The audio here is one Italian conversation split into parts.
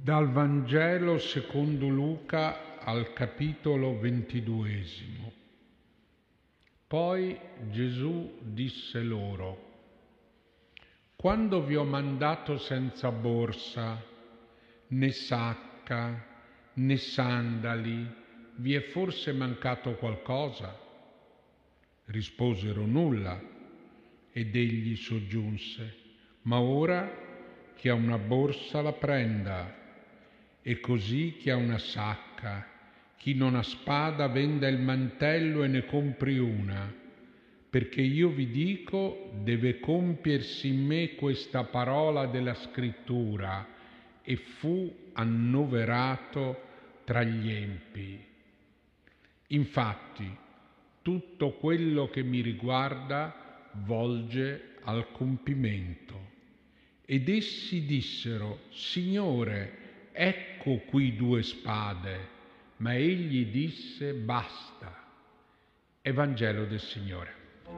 Dal Vangelo secondo Luca al capitolo 22. Poi Gesù disse loro: quando vi ho mandato senza borsa, né sacca, né sandali, vi è forse mancato qualcosa? Risposero: nulla. Ed egli soggiunse: ma ora chi ha una borsa la prenda, e così chi ha una sacca. Chi non ha spada venda il mantello e ne compri una, perché io vi dico, deve compiersi in me questa parola della Scrittura. E fu annoverato tra gli empi. Infatti, tutto quello che mi riguarda volge al compimento. Ed essi dissero: Signore, ecco qui 2 spade. Ma egli disse: basta. Evangelo del Signore.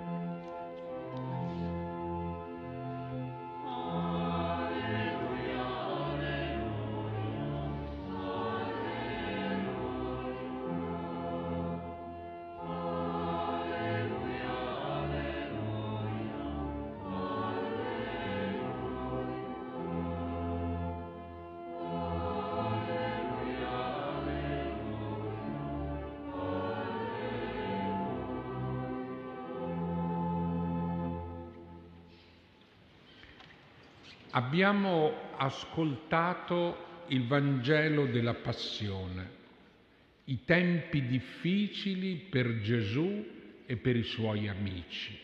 Abbiamo ascoltato il Vangelo della Passione, i tempi difficili per Gesù e per i suoi amici.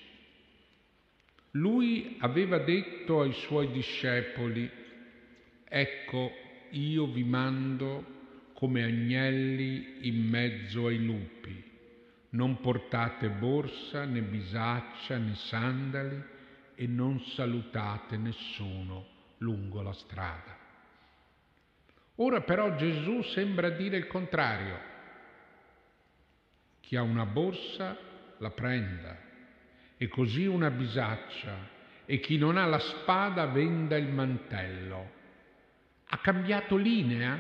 Lui aveva detto ai suoi discepoli: ecco, io vi mando come agnelli in mezzo ai lupi. Non portate borsa, né bisaccia, né sandali, e non salutate nessuno lungo la strada. Ora però Gesù sembra dire il contrario. Chi ha una borsa la prenda, e così una bisaccia, e chi non ha la spada venda il mantello. Ha cambiato linea?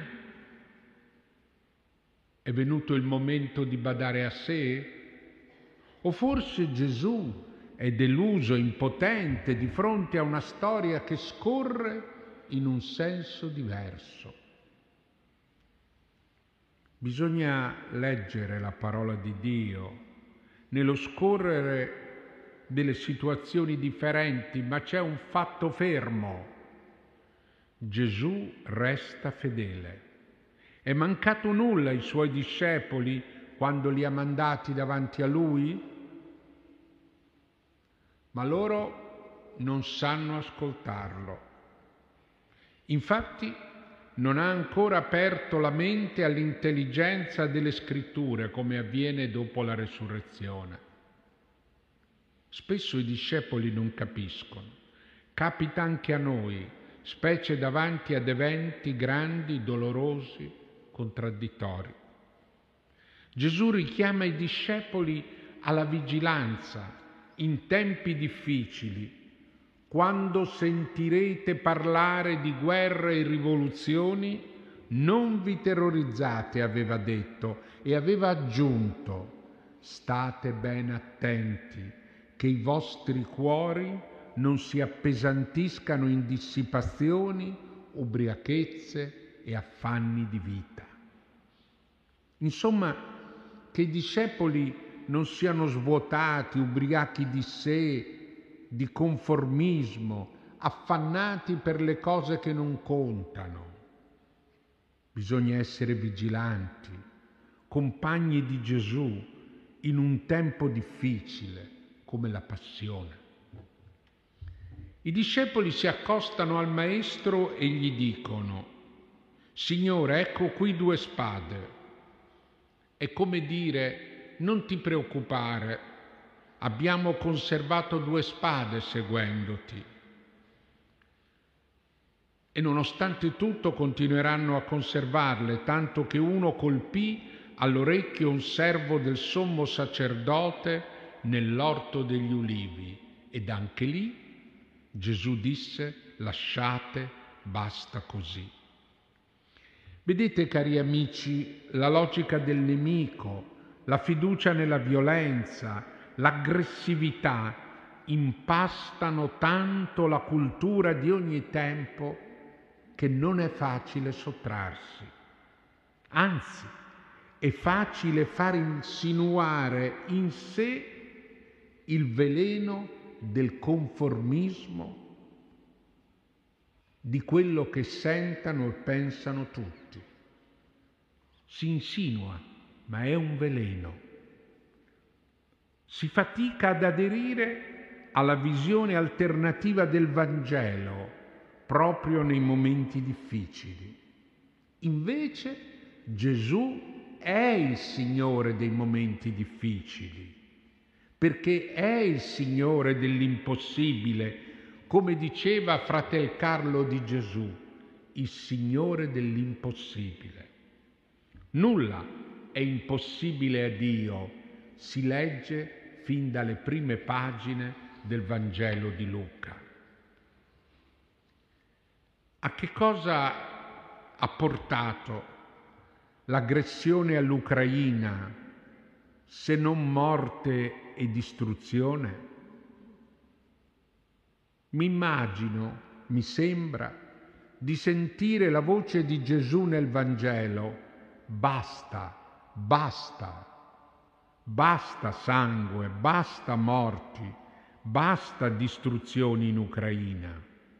È venuto il momento di badare a sé? O forse Gesù è deluso, impotente di fronte a una storia che scorre in un senso diverso? Bisogna leggere la parola di Dio nello scorrere delle situazioni differenti, ma c'è un fatto fermo. Gesù resta fedele. È mancato nulla ai suoi discepoli quando li ha mandati davanti a Lui? Ma loro non sanno ascoltarlo. Infatti non ha ancora aperto la mente all'intelligenza delle Scritture, come avviene dopo la resurrezione. Spesso i discepoli non capiscono. Capita anche a noi, specie davanti ad eventi grandi, dolorosi, contraddittori. Gesù richiama i discepoli alla vigilanza in tempi difficili. Quando sentirete parlare di guerre e rivoluzioni, non vi terrorizzate, aveva detto, e aveva aggiunto: state ben attenti che i vostri cuori non si appesantiscano in dissipazioni, ubriachezze e affanni di vita. Insomma, che i discepoli non siano svuotati, ubriachi di sé, di conformismo, affannati per le cose che non contano. Bisogna essere vigilanti, compagni di Gesù in un tempo difficile come la Passione. I discepoli si accostano al Maestro e gli dicono: Signore, ecco qui 2 spade. È come dire: non ti preoccupare, abbiamo conservato 2 spade seguendoti. E nonostante tutto continueranno a conservarle, tanto che uno colpì all'orecchio un servo del sommo sacerdote nell'orto degli ulivi, ed anche lì Gesù disse: lasciate, basta così. Vedete, cari amici, la logica del nemico, la fiducia nella violenza, l'aggressività impastano tanto la cultura di ogni tempo che non è facile sottrarsi. Anzi, è facile far insinuare in sé il veleno del conformismo, di quello che sentono e pensano tutti. Si insinua, ma è un veleno. Si fatica ad aderire alla visione alternativa del Vangelo proprio nei momenti difficili. Invece Gesù è il Signore dei momenti difficili, perché è il Signore dell'impossibile, come diceva Fratel Carlo di Gesù, il Signore dell'impossibile. Nulla è impossibile a Dio, si legge fin dalle prime pagine del Vangelo di Luca. A che cosa ha portato l'aggressione all'Ucraina se non morte e distruzione? Mi immagino, mi sembra, di sentire la voce di Gesù nel Vangelo: basta, basta, basta sangue, basta morti, basta distruzioni in Ucraina.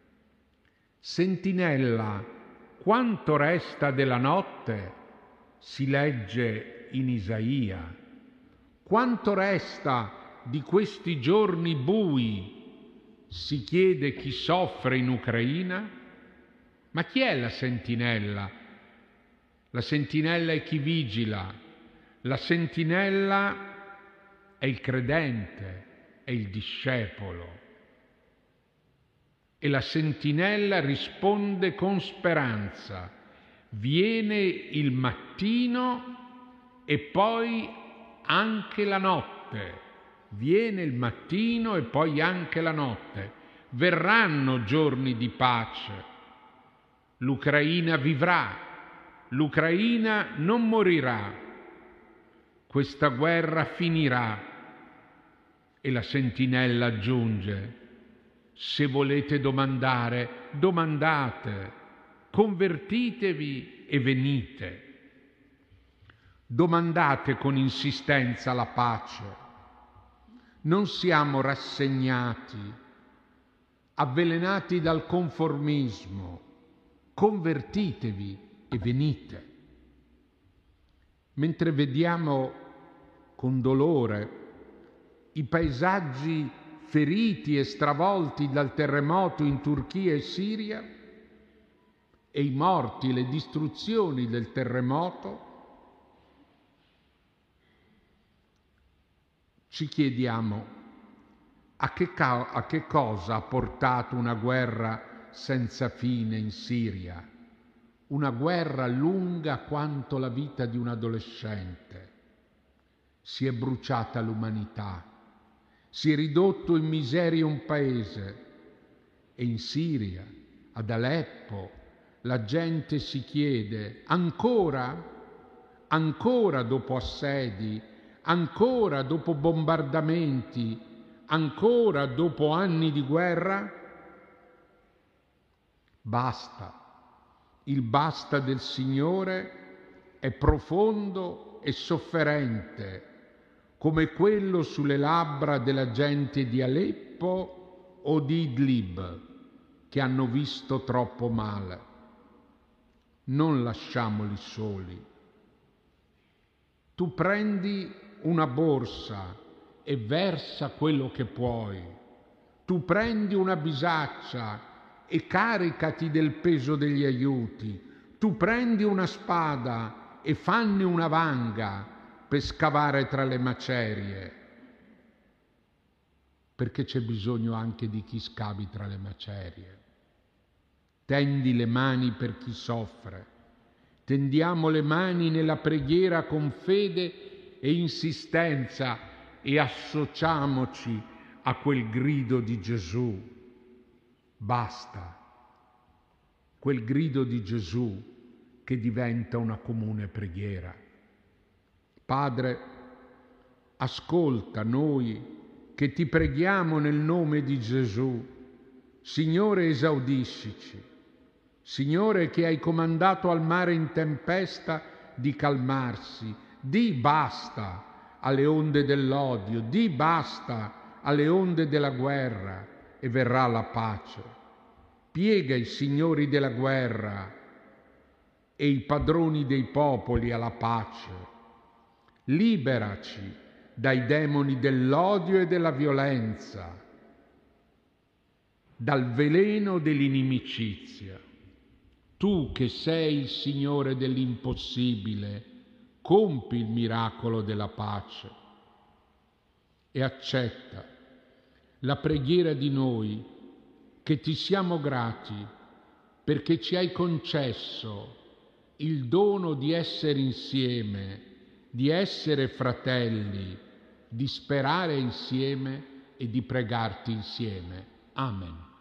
Sentinella, quanto resta della notte? Si legge in Isaia. Quanto resta di questi giorni bui? Si chiede chi soffre in Ucraina. Ma chi è la sentinella? La sentinella è chi vigila. La sentinella è il credente, è il discepolo. E la sentinella risponde con speranza. Viene il mattino e poi anche la notte. Viene il mattino e poi anche la notte. Verranno giorni di pace. L'Ucraina vivrà. L'Ucraina non morirà. Questa guerra finirà. E la sentinella aggiunge: se volete domandare, domandate, convertitevi e venite. Domandate con insistenza la pace. Non siamo rassegnati, avvelenati dal conformismo. Convertitevi e venite. Mentre vediamo con dolore i paesaggi feriti e stravolti dal terremoto in Turchia e Siria e i morti e le distruzioni del terremoto, ci chiediamo a che cosa ha portato una guerra senza fine in Siria, una guerra lunga quanto la vita di un adolescente. Si è bruciata l'umanità, si è ridotto in miseria un paese e in Siria, ad Aleppo, la gente si chiede: ancora? Ancora dopo assedi? Ancora dopo bombardamenti? Ancora dopo anni di guerra? Basta. Il basta del Signore è profondo e sofferente, come quello sulle labbra della gente di Aleppo o di Idlib, che hanno visto troppo male. Non lasciamoli soli. Tu prendi una borsa e versa quello che puoi. Tu prendi una bisaccia e caricati del peso degli aiuti. Tu prendi una spada e fanne una vanga per scavare tra le macerie, perché c'è bisogno anche di chi scavi tra le macerie. Tendi le mani per chi soffre. Tendiamo le mani nella preghiera con fede e insistenza e associamoci a quel grido di Gesù. Basta. Quel grido di Gesù che diventa una comune preghiera. Padre, ascolta noi che ti preghiamo nel nome di Gesù. Signore, esaudiscici. Signore, che hai comandato al mare in tempesta di calmarsi, di basta alle onde dell'odio, di basta alle onde della guerra e verrà la pace. Piega i signori della guerra e i padroni dei popoli alla pace. Liberaci dai demoni dell'odio e della violenza, dal veleno dell'inimicizia. Tu che sei il Signore dell'impossibile, compi il miracolo della pace e accetta la preghiera di noi che ti siamo grati perché ci hai concesso il dono di essere insieme, di essere fratelli, di sperare insieme e di pregarti insieme. Amen.